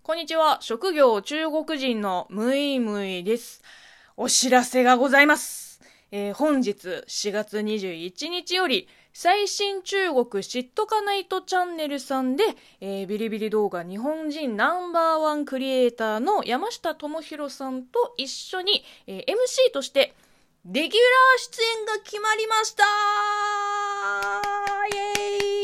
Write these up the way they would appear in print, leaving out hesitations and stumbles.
こんにちは。職業中国人のムイムイです。お知らせがございます。本日4月21日より最新中国知っとかないとチャンネルさんで、ビリビリ動画日本人No.1クリエイターの山下智博さんと一緒に、MC としてレギュラー出演が決まりました。イエーイ。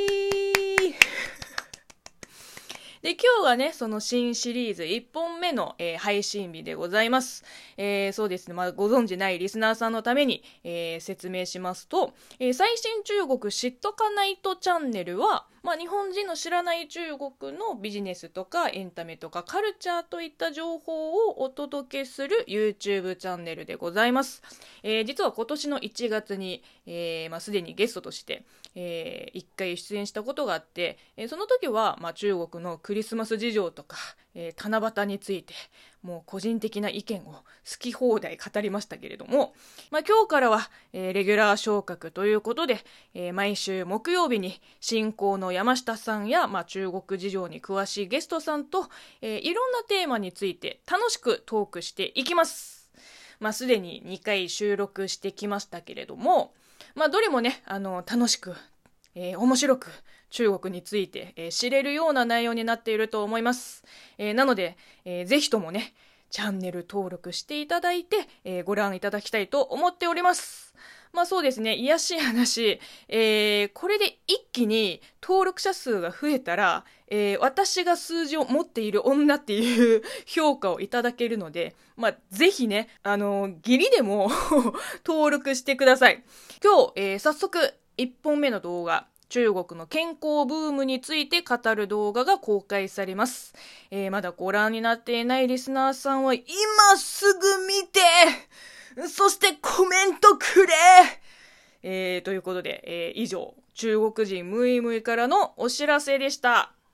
で、今日がね、その新シリーズ1本目の、配信日でございます。そうですね、ご存知ないリスナーさんのために、説明しますと、最新中国知っとかないとチャンネルは、日本人の知らない中国のビジネスとかエンタメとかカルチャーといった情報をお届けする YouTube チャンネルでございます。実は今年の1月に、すでにゲストとして、1回出演したことがあって、その時は、中国のクリスマス事情とか、七夕についてもう個人的な意見を好き放題語りましたけれども、今日からは、レギュラー昇格ということで、毎週木曜日に進行の山下さんや、中国事情に詳しいゲストさんと、いろんなテーマについて楽しくトークしていきます。すでに2回収録してきましたけれども、どれもね、楽しく、面白く中国について、知れるような内容になっていると思います。なので、ぜひともね、チャンネル登録していただいて、ご覧いただきたいと思っております。そうですね、癒やしい話、これで一気に登録者数が増えたら、私が数字を持っている女っていう評価をいただけるので、ぜひね、ギリでも登録してください。今日、早速1本目の動画、中国の健康ブームについて語る動画が公開されます。まだご覧になっていないリスナーさんは今すぐ見て、そしてコメントくれ、ということで、以上、中国人ムイムイからのお知らせでした。